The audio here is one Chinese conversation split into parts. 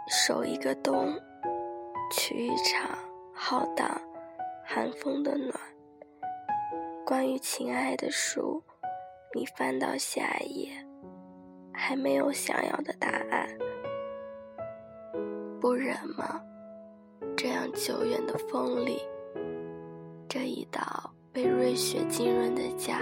守一个冬，取一场浩荡寒风的暖。关于情爱的书，你翻到下一页，还没有想要的答案。不忍吗？这样久远的风里，这一道被瑞雪浸润的家。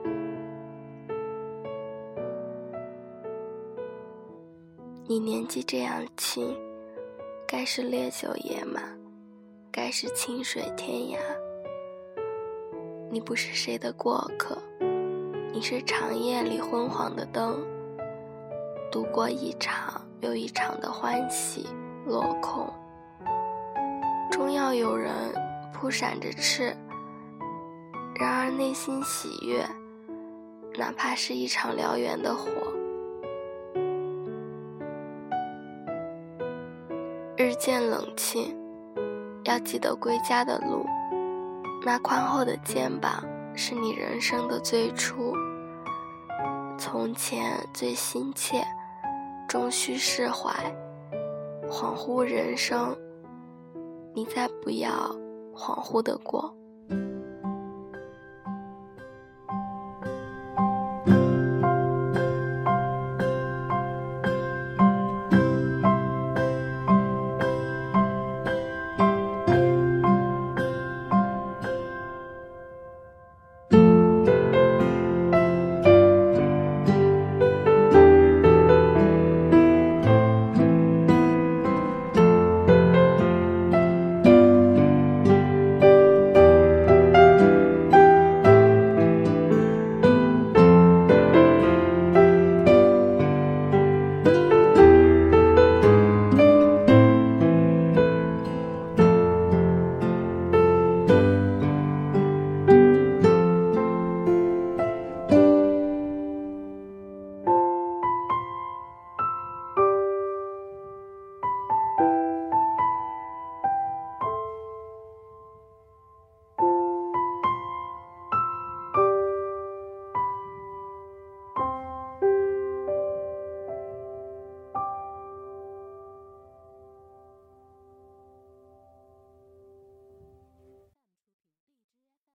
你年纪这样轻，该是烈酒野马，该是清水天涯。你不是谁的过客，你是长夜里昏黄的灯，度过一场又一场的欢喜落空。终要有人扑闪着翅，然而内心喜悦，哪怕是一场燎原的火。日渐冷清，要记得归家的路，那宽厚的肩膀是你人生的最初。从前最心切，终须释怀，恍惚人生，你再不要恍惚的过。